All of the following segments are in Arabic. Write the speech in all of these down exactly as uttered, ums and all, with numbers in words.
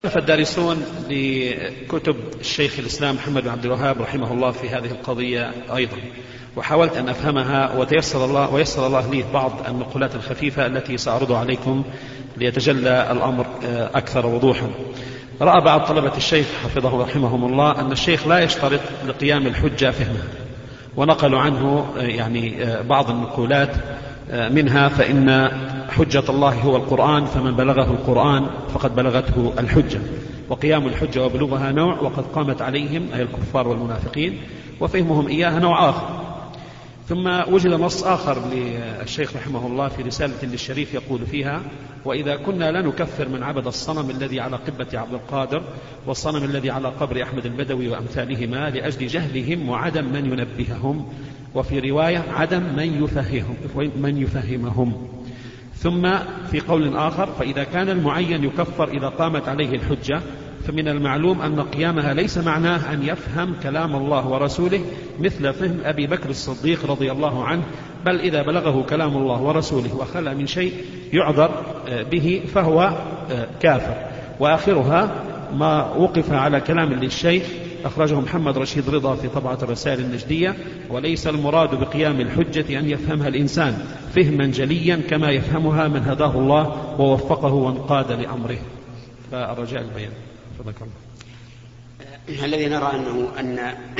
فالدارسون لكتب الشيخ الإسلام محمد بن عبد الوهاب رحمه الله في هذه القضية أيضا، وحاولت أن أفهمها وتيسر الله ويسر الله لي بعض النقولات الخفيفة التي سأعرضها عليكم ليتجلى الأمر أكثر وضوحا. رأى بعض طلبة الشيخ حفظه رحمهم الله أن الشيخ لا يشترط لقيام الحجة فهمها، ونقلوا عنه يعني بعض النقولات منها: فإن حجة الله هو القرآن، فمن بلغه القرآن فقد بلغته الحجة، وقيام الحجة وبلوغها نوع، وقد قامت عليهم أي الكفار والمنافقين، وفهمهم إياها نوع آخر. ثم وجد نص آخر للشيخ رحمه الله في رسالة للشريف يقول فيها: وإذا كنا لا نكفر من عبد الصنم الذي على قبة عبد القادر والصنم الذي على قبر أحمد البدوي وأمثالهما لأجل جهلهم وعدم من ينبههم، وفي رواية عدم من يفهمهم, من يفهمهم. ثم في قول آخر: فإذا كان المعين يكفر إذا قامت عليه الحجة، فمن المعلوم أن قيامها ليس معناه أن يفهم كلام الله ورسوله مثل فهم أبي بكر الصديق رضي الله عنه، بل إذا بلغه كلام الله ورسوله وخلى من شيء يعذر به فهو كافر. وآخرها ما وقف على كلام للشيخ أخرجه محمد رشيد رضا في طبعة الرسائل النجدية: وليس المراد بقيام الحجة أن يفهمها الإنسان فهما جليا كما يفهمها من هداه الله ووفقه وانقاد لأمره. فالرجاء البيان. الذي نرى أنه أن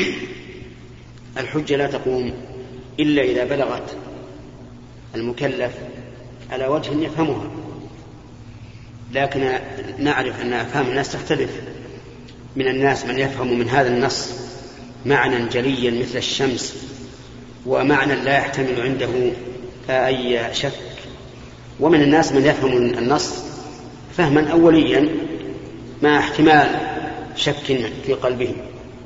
الحجة لا تقوم إلا إذا بلغت المكلف على وجه يفهمها، لكن نعرف أن أفهام الناس تختلف. من الناس من يفهم من هذا النص معنى جليا مثل الشمس، ومعنى لا يحتمل عنده أي شك، ومن الناس من يفهم النص فهما أوليا مع احتمال شك في قلبه.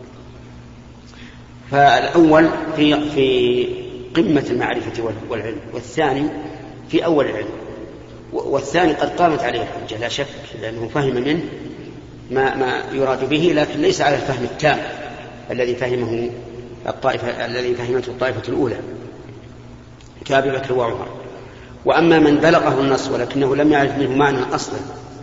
فالأول في في قمة المعرفة والعلم، والثاني في أول العلم، والثاني قد قامت عليه الحجة لا شك، لأنه فهم منه ما ما يراد به، لكن ليس على الفهم التام الذي فهمه الطائفة الذي فهمته الطائفة الأولى كأبي بكر وعمر. وأما من بلغه النص ولكنه لم يعرف منه معنى أصلا،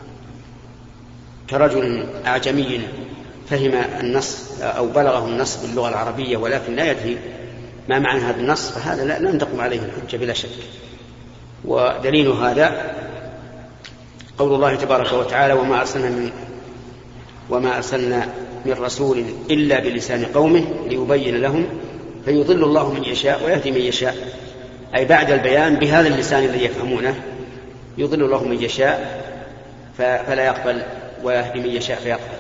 كرجل أعجمي فهم النص أو بلغه النص باللغة العربية ولكن لا يدري ما معنى هذا النص، فهذا لا لن تقوم عليه الحجة بلا شك. ودليل هذا قول الله تبارك وتعالى: وما أرسلنا من وما أرسلنا من رسول إلا بلسان قومه ليبين لهم فيضل الله من يشاء ويهدي من يشاء، أي بعد البيان بهذا اللسان الذي يفهمونه يضل الله من يشاء فلا يقبل ويهدي من يشاء فيقبل.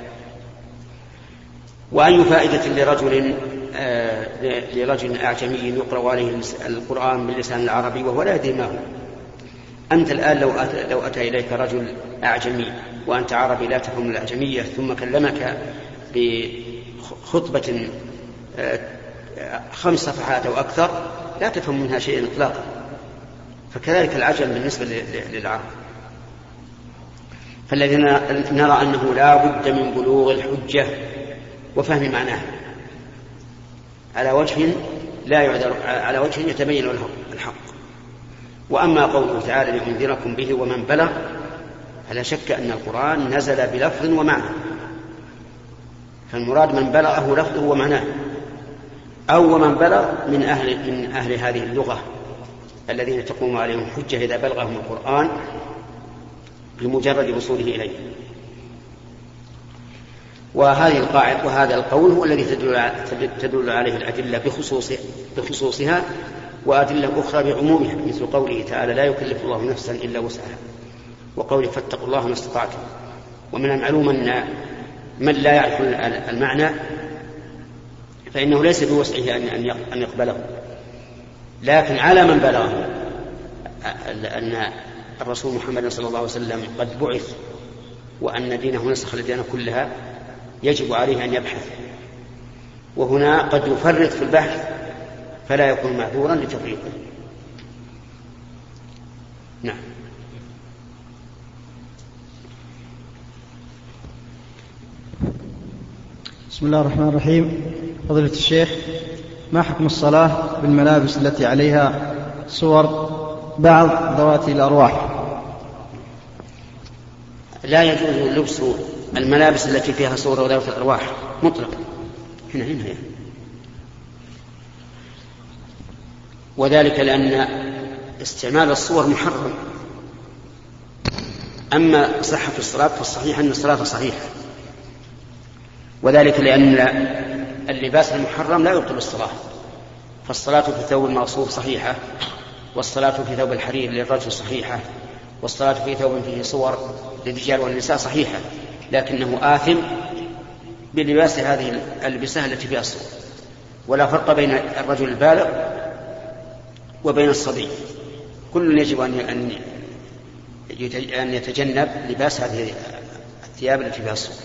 وأي فائدة لرجل آه لرجل أعجمي يقرأ عليه القرآن باللسان العربي وهو لا يدري ما هو؟ أنت الآن لو أتى, لو أتى إليك رجل أعجمي وأنت عربي لا تفهم الأعجمية ثم كلمك بخطبة آه خمس صفحات أو أكثر لا تفهم منها شيئا إطلاقا، فكذلك العجم بالنسبة للعرب. فالذي نرى أنه لا بد من بلوغ الحجة وفهم معناها على وجه لا يعذر، على وجه يتبين له الحق. وأما قوله تعالى: لأنذركم به ومن بلغ، فلا شك أن القرآن نزل بلفظ ومعنى، فالمراد من بلغه لفظه ومعناه، أو ومن بلغ من أهل, من أهل هذه اللغة الذين تقوم عليهم الحجة إذا بلغهم القرآن بمجرد وصوله إليه. وهذه القاعدة وهذا القول هو الذي تدل عليه الأدلة بخصوص بخصوصها وأدلة أخرى بعمومها، مثل قوله تعالى: لا يكلف الله نفسا إلا وسعها، وقوله: فاتقوا الله ما استطعتم. ومن المعلوم أن من لا يعرف المعنى فإنه ليس بوسعه أن يقبله، لكن على من بلغه أن الرسول محمد صلى الله عليه وسلم قد بعث وأن دينه نسخ الديانة كلها يجب عليه أن يبحث، وهنا قد يفرط في البحث فلا يكون معذورا لتفريطه. نعم. بسم الله الرحمن الرحيم. فضيلة الشيخ، ما حكم الصلاة بالملابس التي عليها صور بعض ذوات الأرواح؟ لا يجوز لبس الملابس التي فيها صور وذوات الأرواح مطلقا هنا هنا يعني. وذلك لأن استعمال الصور محرم. أما صحة الصلاة فالصحيح أن الصلاة صحيحة، وذلك لأن اللباس المحرم لا يبطل الصلاة، فالصلاة في ثوب المغصوب صحيحة، والصلاة في ثوب الحرير للرجل صحيحة، والصلاة في ثوب فيه صور للرجال والنساء صحيحة، لكنه آثم بلباس هذه الألبسة التي فيها الصور. ولا فرق بين الرجل البالغ وبين الصبي، كل يجب أن أن يتجنب لباس هذه الثياب التي فيها الصور.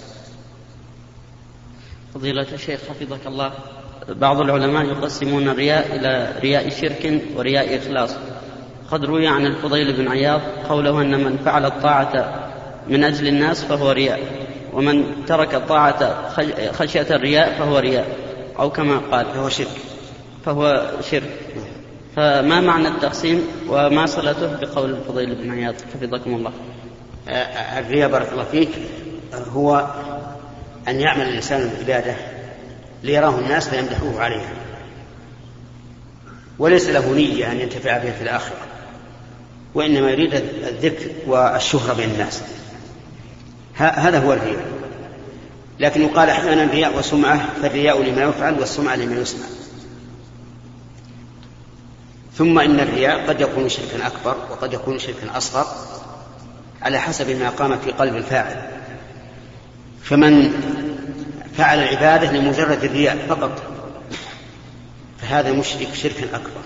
فضيلة الشيخ حفظك الله، بعض العلماء يقسمون الرياء إلى رياء شرك ورياء إخلاص. قد روي عن الفضيل بن عياض قوله أن من فعل الطاعة من أجل الناس فهو رياء، ومن ترك الطاعة خشية الرياء فهو رياء، أو كما قال فهو شرك فهو شرك. فما معنى التقسيم وما صلته بقول الفضيل بن عياض حفظكم الله؟ الرياء بارك الله فيك هو أن يعمل الإنسان العبادة ليراه الناس فيمدحوه عليها، وليس له نية أن ينتفع بها في الآخرة، وإنما يريد الذكر والشهرة بين الناس. هذا هو الرياء. لكن يقال أحيانا رياء وسمعة، فالرياء لما يفعل والسمعة لما يسمع. ثم إن الرياء قد يكون شركا أكبر وقد يكون شركا أصغر على حسب ما قام في قلب الفاعل. فمن فعل العبادة لمجرد الرياء فقط فهذا مشرك شركا أكبر،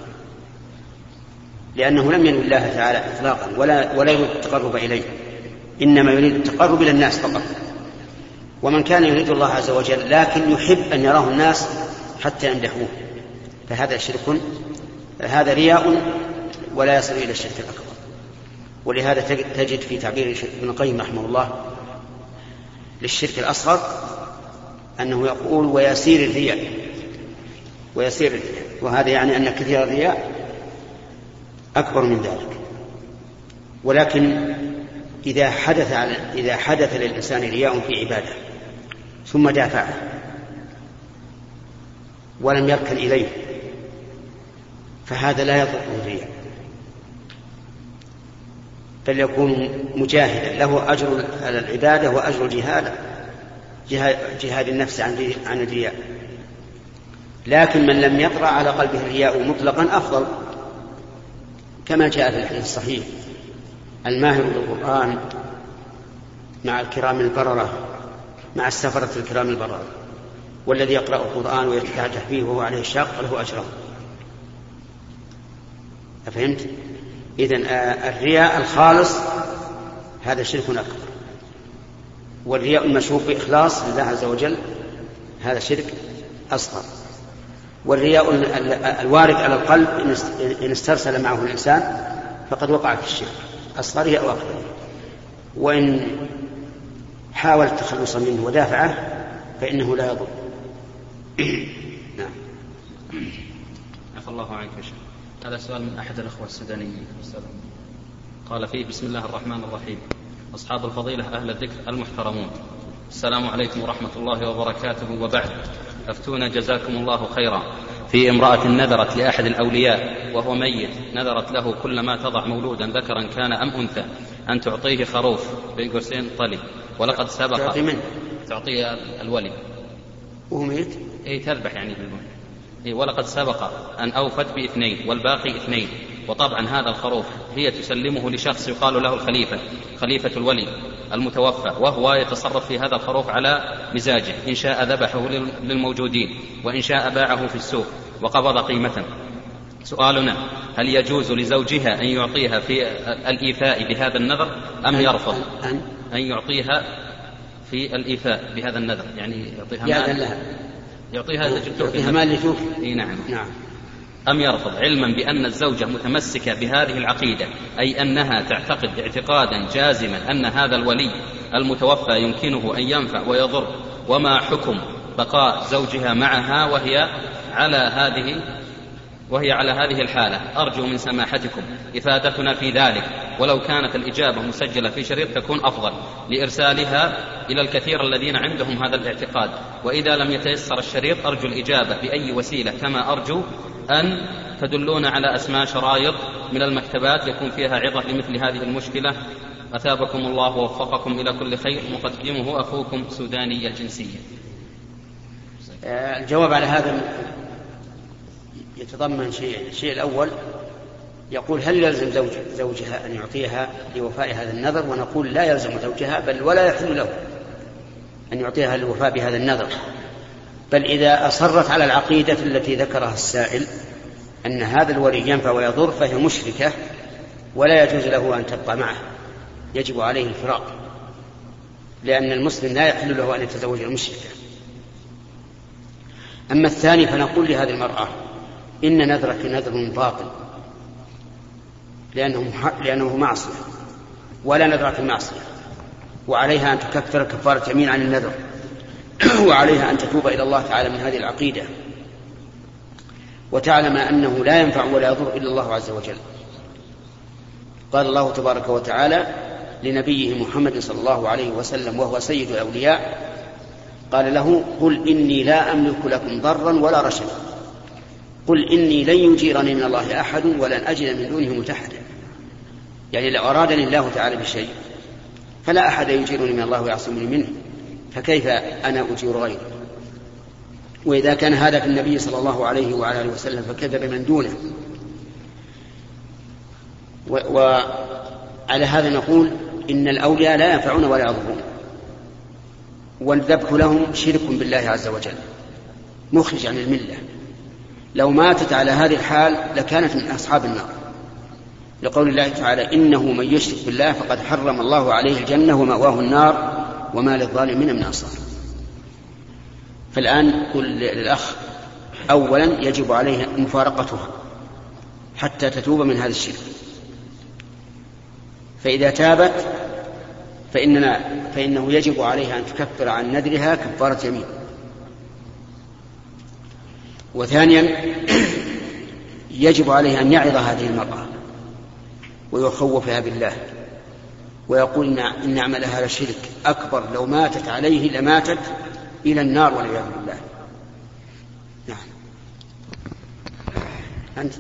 لأنه لم ينوي الله تعالى إطلاقا ولا, ولا يريد التقرب إليه، إنما يريد التقرب إلى الناس فقط. ومن كان يريد الله عز وجل لكن يحب أن يراه الناس حتى يمدحوه فهذا شرك، هذا رياء ولا يصل إلى الشرك الأكبر. ولهذا تجد في تعبير ابن القيم رحمه الله للشرك الأصغر أنه يقول ويسير الرياء، ويسير الرياء، وهذا يعني أن كثير الرياء أكبر من ذلك. ولكن إذا حدث إذا حدث للإنسان رياء في عبادة ثم دافعه ولم يركن إليه فهذا لا يضر الرياء، بل يكون مجاهدا له أجر على العبادة وأجر جهاد جهاد النفس عن الرياء. لكن من لم يطرأ على قلبه الرياء مطلقا أفضل، كما جاء في الحديث الصحيح: الماهر بالقرآن مع الكرام البررة مع السفرة الكرام البررة، والذي يقرأ القرآن ويتعجح فيه وهو عليه الشاق له أجره. أفهمت؟ إذن الرياء الخالص هذا شرك أكبر، والرياء المشروب بإخلاص لله عز وجل هذا شرك أصغر. والرياء الوارد على القلب إن استرسل معه الإنسان فقد وقع في الشرك أصغره أو أكبره، وإن حاول التخلص منه ودافعه فإنه لا يضر. نعم. عفى الله عنك يا شيخ. هذا سؤال من أحد الأخوة السودانيين. قال فيه: بسم الله الرحمن الرحيم. أصحاب الفضيلة أهل الذكر المحترمون، السلام عليكم ورحمة الله وبركاته، وبعد. أفتونا جزاكم الله خيرا في امرأة نذرت لأحد الأولياء وهو ميت، نذرت له كلما تضع مولودا ذكرا كان أم أنثى أن تعطيه خروف بين قوسين طلي، ولقد سبق تعطي من؟ تعطيه الولي وهو ميت؟ إيه تذبح يعني بالمول. إيه ولقد سبق أن أوفت باثنين والباقي اثنين، وطبعا هذا الخروف هي تسلمه لشخص يقال له الخليفة، خليفة الولي المتوفى، وهو يتصرف في هذا الخروف على مزاجه، إن شاء ذبحه للموجودين وإن شاء باعه في السوق وقبض قيمة. سؤالنا: هل يجوز لزوجها أن يعطيها في الإيفاء بهذا النذر أم يرفض أن يعطيها في الإيفاء بهذا النذر؟ يعني يعطيها مال، يعطيها يعطيها مال لتوفي. إيه نعم. نعم. أم يرفض، علما بأن الزوجة متمسكة بهذه العقيدة، أي أنها تعتقد اعتقادا جازما أن هذا الولي المتوفى يمكنه أن ينفع ويضر؟ وما حكم بقاء زوجها معها وهي على هذه وهي على هذه الحالة، أرجو من سماحتكم إفادتنا في ذلك، ولو كانت الإجابة مسجلة في شريط تكون أفضل لإرسالها إلى الكثير الذين عندهم هذا الاعتقاد، وإذا لم يتيسر الشريط أرجو الإجابة بأي وسيلة، كما أرجو أن تدلون على أسماء شرايط من المكتبات يكون فيها عظة لمثل هذه المشكلة. أثابكم الله ووفقكم إلى كل خير. مقدمه أخوكم سوداني الجنسية. الجواب على هذا يتضمن شيء. الشيء الأول يقول هل يلزم زوج زوجها أن يعطيها لوفاء هذا النذر؟ ونقول لا يلزم زوجها، بل ولا يحل له أن يعطيها للوفاء بهذا النذر، بل إذا أصرت على العقيدة التي ذكرها السائل أن هذا الولي ينفع ويضر فهي مشركة ولا يجوز له أن تبقى معه، يجب عليه الفراق، لأن المسلم لا يحل له أن يتزوج المشركة. أما الثاني فنقول لهذه المرأة إن نذرك نذر باطل، لأنه, لأنه معصية ولا نذر في معصية، وعليها أن تكفر كفارة يمين عن النذر، وعليها أن تتوب إلى الله تعالى من هذه العقيدة، وتعلم أنه لا ينفع ولا يضر إلا الله عز وجل. قال الله تبارك وتعالى لنبيه محمد صلى الله عليه وسلم وهو سيد الأولياء، قال له قل إني لا أملك لكم ضرا ولا رشدا، قل إني لن يجيرني من الله أحد ولن أجد من دونه ملتحدا. يعني لو أرادني الله تعالى بشيء فلا أحد يجيرني من الله ويعصمني منه، فكيف أنا أجير غيره؟ وإذا كان هذا في النبي صلى الله عليه وعلى آله وسلم فكيف بمن دونه؟ وعلى هذا نقول إن الأولياء لا ينفعون ولا يضرون، والذبح لهم شرك بالله عز وجل مخرج عن الملة. لو ماتت على هذه الحال لكانت من أصحاب النار، لقول الله تعالى إنه من يشرك بالله فقد حرم الله عليه الجنة ومأواه النار وما للظالمين من أنصار. فالآن قل للأخ أولا يجب عليه مفارقتها حتى تتوب من هذا الشرك، فإذا تابت فإننا فإنه يجب عليها أن تكفر عن نذرها كفارة يمين. وثانيا يجب عليها أن يعظ هذه المرأة ويخوفها بالله ويقول إن عملها لشرك أكبر، لو ماتت عليه لماتت إلى النار والعياذ بالله. نعم. أنت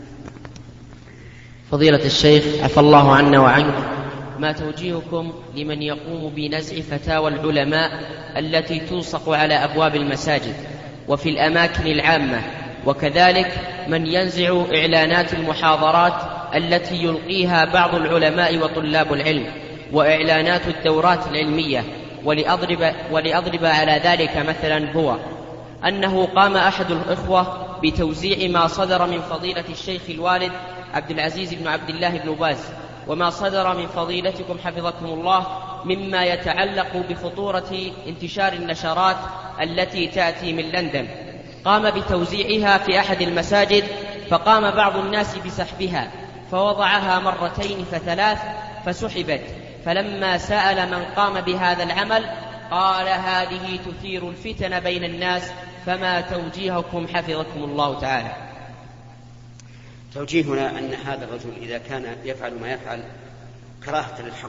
فضيلة الشيخ عفى الله عنا وعنك، ما توجيهكم لمن يقوم بنزع فتاوى العلماء التي تلصق على أبواب المساجد وفي الأماكن العامة، وكذلك من ينزع إعلانات المحاضرات التي يلقيها بعض العلماء وطلاب العلم وإعلانات الدورات العلمية؟ ولأضرب, ولأضرب على ذلك مثلا هو أنه قام أحد الإخوة بتوزيع ما صدر من فضيلة الشيخ الوالد عبد العزيز بن عبد الله بن باز وما صدر من فضيلتكم حفظكم الله مما يتعلق بخطورة انتشار النشرات التي تأتي من لندن. قام بتوزيعها في أحد المساجد، فقام بعض الناس بسحبها، فوضعها مرتين فثلاث فسحبت، فلما سأل من قام بهذا العمل قال هذه تثير الفتن بين الناس، فما توجيهكم حفظكم الله تعالى؟ توجيهنا أن هذا الرجل إذا كان يفعل ما يفعل كراهة للحق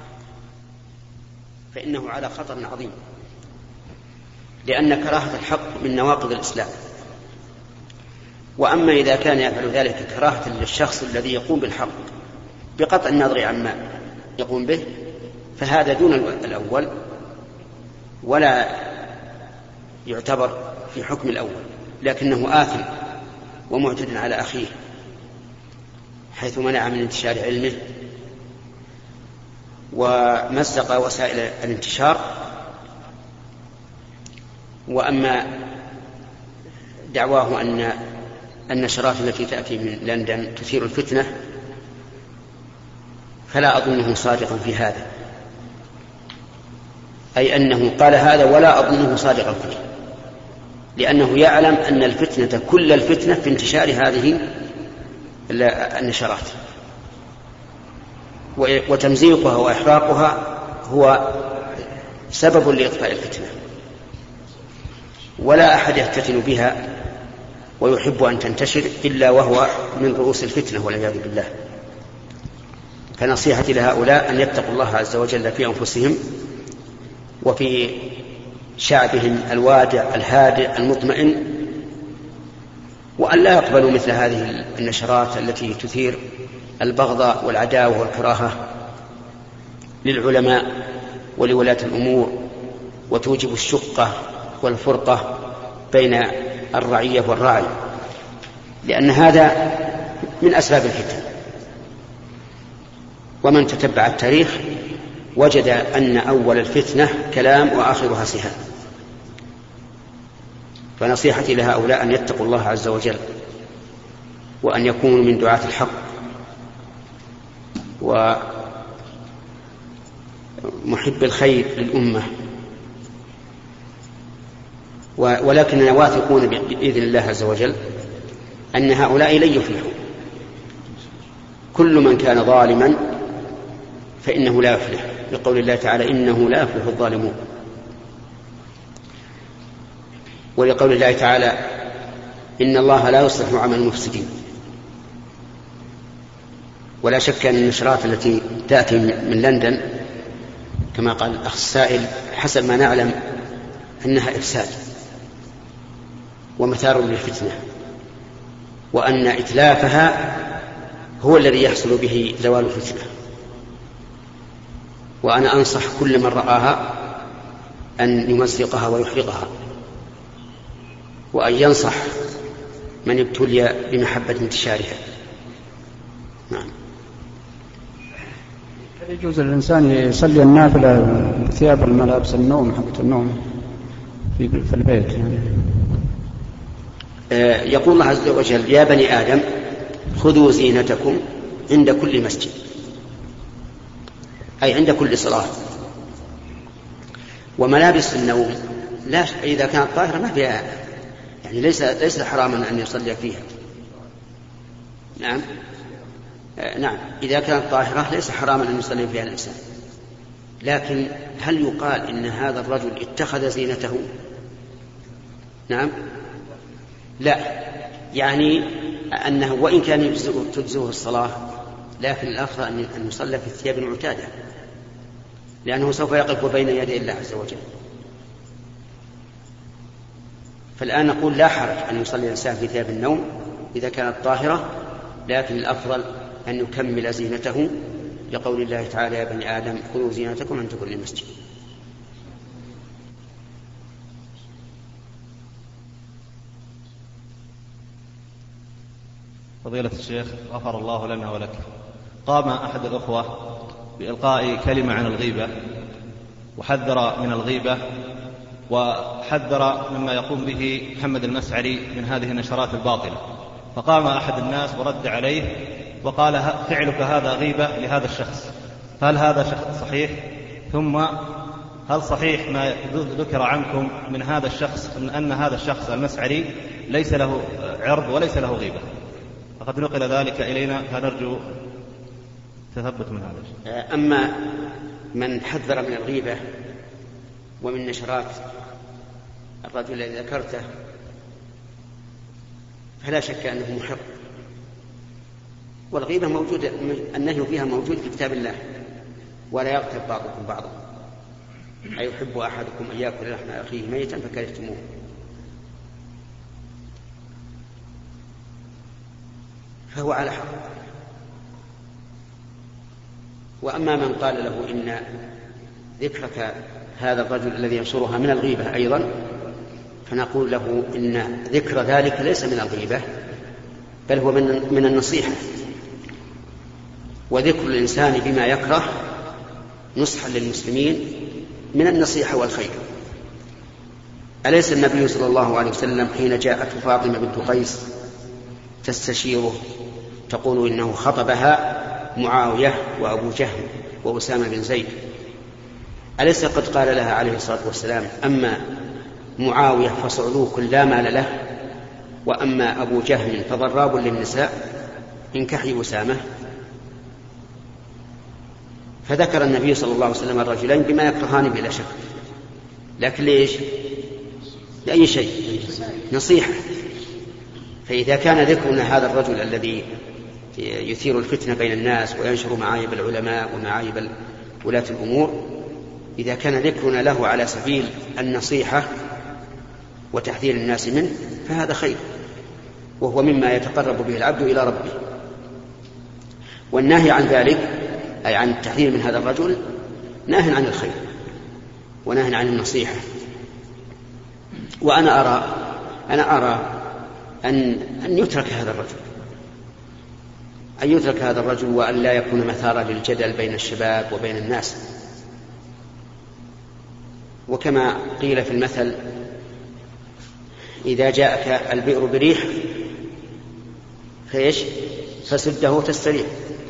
فإنه على خطر عظيم، لأن كراهة الحق من نواقض الإسلام. وأما إذا كان يفعل ذلك كراهة للشخص الذي يقوم بالحق بقطع النظر عما يقوم به فهذا دون الأول ولا يعتبر في حكم الأول، لكنه آثم ومعتد على أخيه حيث منع من انتشار علمه ومزق وسائل الانتشار. وأما دعواه أن النشرات التي تأتي من لندن تثير الفتنة فلا أظنه صادقا في هذا، أي أنه قال هذا ولا أظنه صادقا فيه، لأنه يعلم أن الفتنة كل الفتنة في انتشار هذه النشرات، وتمزيقها وإحراقها هو سبب لإطفاء الفتنة، ولا أحد يفتتن بها ويحب أن تنتشر إلا وهو من رؤوس الفتنة والعياذ بالله. فنصيحتي لهؤلاء أن يتقوا الله عز وجل في أنفسهم وفي شعبهم الوادع الهادئ المطمئن، وأن لا يقبلوا مثل هذه النشرات التي تثير البغضاء والعداوة والكراهة للعلماء ولولاة الأمور، وتوجب الشقة والفرقة بين الرعية والراعي، لأن هذا من أسباب الفتن. ومن تتبع التاريخ وجد أن أول الفتنة كلام وآخرها سهام. فنصيحتي لهؤلاء أن يتقوا الله عز وجل وأن يكونوا من دعاة الحق ومحب الخير للأمة، ولكننا واثقون بإذن الله عز وجل أن هؤلاء لن يفلحوا. كل من كان ظالما فإنه لا يفلح، لقول الله تعالى إنه لا يفلح الظالمون، ولقول الله تعالى إن الله لا يصلح عمل المفسدين. ولا شك أن النشرات التي تأتي من لندن كما قال الأخ السائل حسب ما نعلم أنها إفساد ومثار للفتنة، وأن إتلافها هو الذي يحصل به زوال الفتنة. وأنا أنصح كل من رآها أن يمزقها ويحرقها، وأن ينصح من ابتلي بمحبة انتشارها. نعم. هل يجوز للإنسان يصلي النافلة بثياب الملابس النوم حقة النوم في في البيت يعني؟ آه يقول الله عز وجل يا بني آدم خذوا زينتكم عند كل مسجد، أي عند كل صلاة. وملابس النوم لا إذا كانت طاهرة ما فيها يعني ليس ليس حراما أن يصلي فيها. نعم آه نعم إذا كانت طاهرة ليس حراما أن يصلي فيها الإنسان. لكن هل يقال إن هذا الرجل اتخذ زينته؟ نعم لا، يعني أنه وإن كان تجزئه الصلاة لكن الأفضل أن يصلى في الثياب المعتادة، لأنه سوف يقف بين يدي الله عز وجل. فالآن نقول لا حرج أن يصلي الإنسان في ثياب النوم إذا كانت طاهرة، لكن الأفضل أن يكمل زينته لقول الله تعالى يا بني آدم خذوا زينتكم عند كل مسجد. فضيلة الشيخ غفر الله لنا ولك، قام أحد الأخوة بإلقاء كلمة عن الغيبة وحذر من الغيبة وحذر مما يقوم به محمد المسعري من هذه النشرات الباطلة، فقام أحد الناس ورد عليه وقال فعلك هذا غيبة لهذا الشخص، هل هذا شخص صحيح؟ ثم هل صحيح ما ذكر عنكم من هذا الشخص من أن هذا الشخص المسعري ليس له عرض وليس له غيبة؟ فقد نقل ذلك إلينا فنرجو تثبت من هذا الشيء. أما من حذر من الغيبة ومن نشرات الرجل الذي ذكرته فلا شك أنه محق، والغيبة موجودة، النهي فيها موجود في كتاب الله، ولا يغتب بعضكم بعضا أيحب أحدكم أن يأكل لحم أخيه ميتا فكرهتموه. فهو على حق. وأما من قال له إن ذكرك هذا الرجل الذي ينشرها من الغيبة أيضا، فنقول له إن ذكر ذلك ليس من الغيبة بل هو من, من النصيحة، وذكر الإنسان بما يكره نصحا للمسلمين من النصيحة والخير. أليس النبي صلى الله عليه وسلم حين جاءته فاطمة بنت قيس تستشيره تقول إنه خطبها معاوية وأبو جهل وأسامة بن زيد، أليس قد قال لها عليه الصلاة والسلام أما معاوية فصعلوك لا مال له، وأما أبو جهل فضراب للنساء انكحي أسامة؟ فذكر النبي صلى الله عليه وسلم الرجلين بما يكرهان بلا شك، لكن ليش؟ لأي شيء؟ نصيحة. فإذا كان ذكرنا هذا الرجل الذي يثير الفتنة بين الناس وينشر معايب العلماء ومعايب ولاة الأمور، إذا كان ذكرنا له على سبيل النصيحة وتحذير الناس منه فهذا خير، وهو مما يتقرب به العبد إلى ربه. والنهي عن ذلك أي عن التحذير من هذا الرجل ناهي عن الخير وناهي عن النصيحة. وأنا أرى أنا أرى أن أن يترك هذا الرجل أن يترك هذا الرجل وأن لا يكون مثارا للجدل بين الشباب وبين الناس. وكما قيل في المثل: إذا جاءك البئر بريح فإيش فسده تستريح.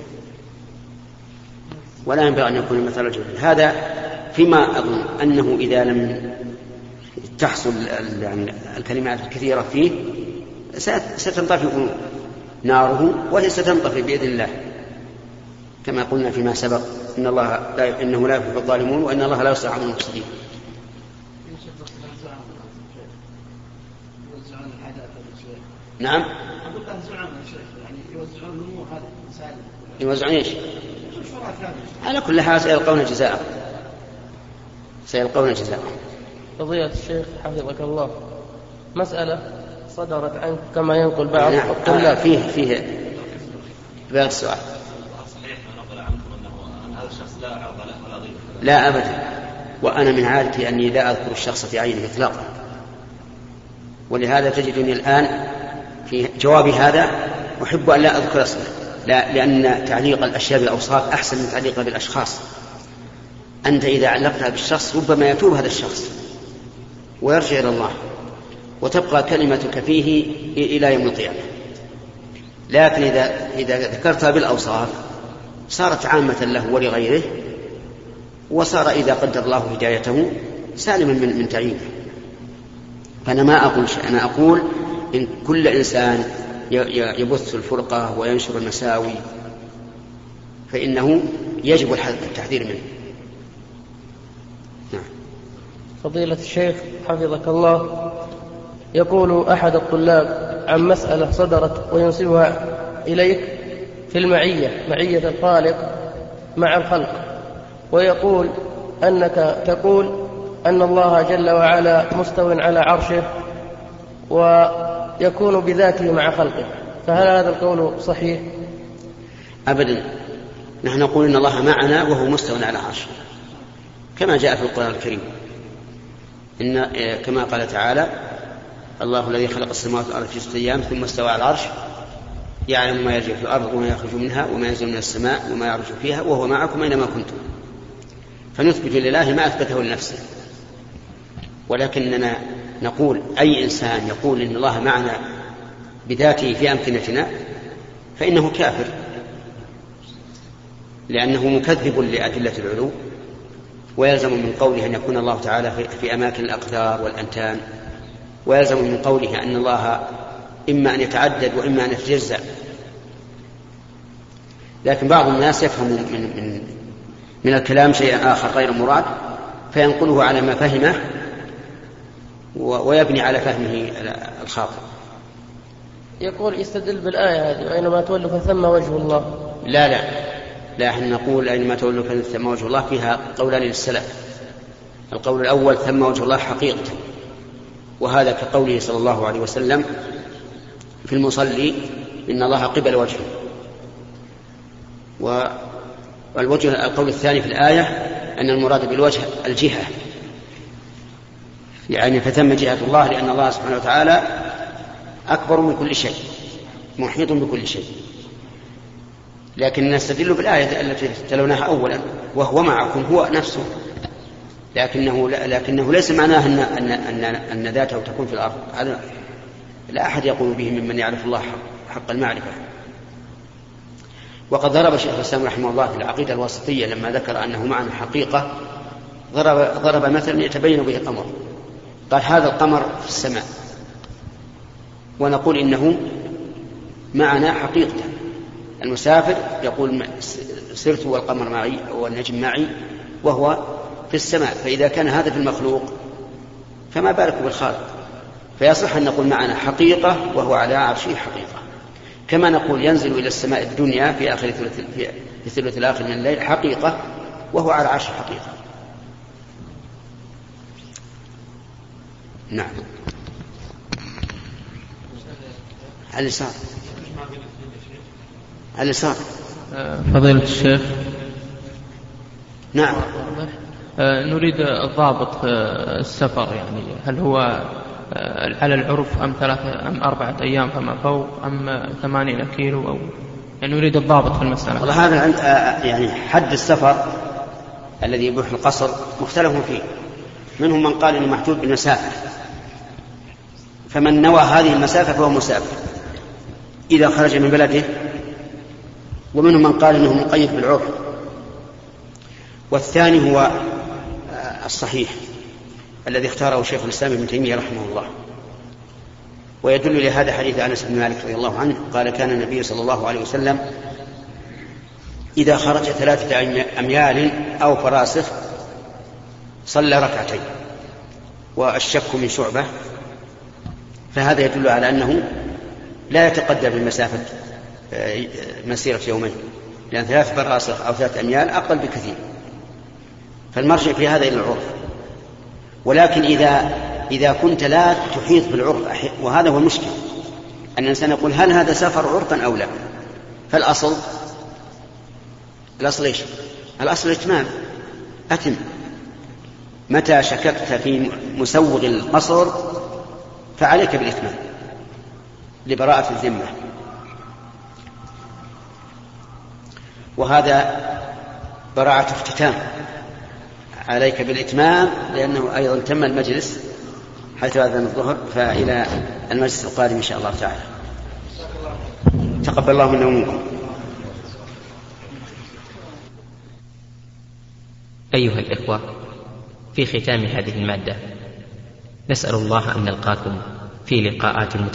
ولا ينبغي أن يكون مثل الجدل. هذا فيما أظن أنه إذا لم تحصل الكلمات الكثيرة فيه ستنطفئ ناره وهي ستنطفئ بإذن الله، كما قلنا فيما سبق: إن الله لا إنه لا يحب الظالمون وإن الله لا يصلح عمل المفسدين. نعم. يوزعون ايش؟ على كل حال سيلقون جزاء سيلقون جزاء. فضيلة الشيخ حفظك الله، مسألة صدرت عنك كما ينقل بعض نعم. الطلاب. فيه فيه بعض السؤال. صحيح ما نقل عنكم أن هذا الشخص لا عرض له ولا ضيف؟ لا أبدا، وأنا من عادتي أني لا أذكر الشخص في عينه إطلاقا، ولهذا تجدني الآن في جوابي هذا أحب أن لا أذكر اسمه، لا لأن تعليق الأشياء بالأوصاف أحسن من تعليقها بالأشخاص. أنت إذا علقتها بالشخص ربما يتوب هذا الشخص ويرجع إلى الله وتبقى كلمتك فيه إلى يوم القيامة. لكن إذا, إذا ذكرتها بالأوصاف صارت عامة له ولغيره، وصار إذا قدر الله هدايته سالما من, من تعيينه. فأنا ما أقول شيء، أنا أقول إن كل إنسان يبث الفرقة وينشر المساوي فإنه يجب التحذير منه. نعم. فضيلة الشيخ حفظك الله، يقول أحد الطلاب عن مسألة صدرت وينسبها إليك في المعية، معية الخالق مع الخلق، ويقول أنك تقول أن الله جل وعلا مستو على عرشه ويكون بذاته مع خلقه، فهل هذا القول صحيح؟ أبدا، نحن نقول إن الله معنا وهو مستو على عرشه كما جاء في القرآن الكريم، إن كما قال تعالى: الله الذي خلق السماوات والأرض في ستة أيام ثم استوى على العرش يعلم ما يجري في الأرض وما يخرج منها وما ينزل من السماء وما يعرج فيها وهو معكم أينما كنتم. فنثبت لله ما أثبته لنفسه، ولكننا نقول أي إنسان يقول إن الله معنا بذاته في أمكنتنا فإنه كافر، لأنه مكذب لأدلة العلو، ويلزم من قوله أن يكون الله تعالى في أماكن الأقدار والأنتان، ويلزم من قوله أن الله إما أن يتعدد وإما أن يتجزأ. لكن بعض الناس يفهم من, من, من الكلام شيئا آخر غير مراد فينقله على ما فهمه ويبني على فهمه الخاطئ. يقول يستدل بالآية هذه: وأينما تولوا فثم وجه الله. لا لا لا احنا نقول أينما تولوا فثم وجه الله فيها قولان للسلف. القول الأول ثم وجه الله حقيقة، وهذا كقوله صلى الله عليه وسلم في المصلي: إن الله قبل وجهه. والوجه القول الثاني في الآية أن المراد بالوجه الجهة، يعني فثم جهة الله، لأن الله سبحانه وتعالى أكبر من كل شيء محيط بكل شيء. لكن نستدل بالآية التي تلوناها أولا: وهو معكم، هو نفسه، لكنه, لكنه ليس معناه أن, أن, أن, أن ذاته تكون في الأرض. هذا لا أحد يقول به ممن يعرف الله حق المعرفة. وقد ضرب شيخ الإسلام رحمه الله في العقيدة الواسطية لما ذكر أنه معنى حقيقة، ضرب, ضرب مثلا يتبين به القمر، قال: هذا القمر في السماء، ونقول إنه معنى حقيقة. المسافر يقول: سرت والقمر معي والنجم معي وهو في السماء. فإذا كان هذا في المخلوق فما بالك بالخالق. فيصح أن نقول معنا حقيقة وهو على عرشه حقيقة، كما نقول ينزل إلى السماء الدنيا في آخر في الثلث الآخر من الليل حقيقة وهو على عرشه حقيقة. نعم. على اليسار على اليسار. فضيلة الشيخ. نعم. نريد الضابط السفر، يعني هل هو على العرف أم ثلاثة أم أربعة أيام فما فوق أم ثمانين كيلو، أو يعني نريد الضابط في المسألة. والله هذا يعني حد السفر الذي يبوح القصر مختلف فيه، منهم من قال إنه محدود بالمسافة، فمن نوى هذه المسافة فهو مسافر إذا خرج من بلده، ومنهم من قال إنه مقيد بالعرف. والثاني هو الصحيح الذي اختاره شيخ الإسلام ابن تيمية رحمه الله، ويدل لهذا حديث أنس بن مالك رضي الله عنه قال كان النبي صلى الله عليه وسلم إذا خرج ثلاثة أميال أو فراسخ صلى ركعتين. والشك من شعبة، فهذا يدل على أنه لا يتقدر بالمسافة مسيرة يومين، لأن ثلاث فراسخ أو ثلاثة أميال أقل بكثير، فالمرجع في هذا إلى العرف. ولكن إذا إذا كنت لا تحيط بالعرف، وهذا هو المشكلة، أن الإنسان يقول هل هذا سفر عرفا أو لا، فالأصل الأصل إيش؟ الأصل الإتمام، أتم. متى شككت في مسوغ القصر فعليك بالإتمام لبراءة الذمة، وهذا براءة اختتام، عليك بالإتمام لأنه أيضا تم المجلس حيث أذن الظهر، فإلى المجلس القادم إن شاء الله تعالى. تقبل الله منا ومنكم. أيها الإخوة، في ختام هذه المادة نسأل الله أن نلقاكم في لقاءات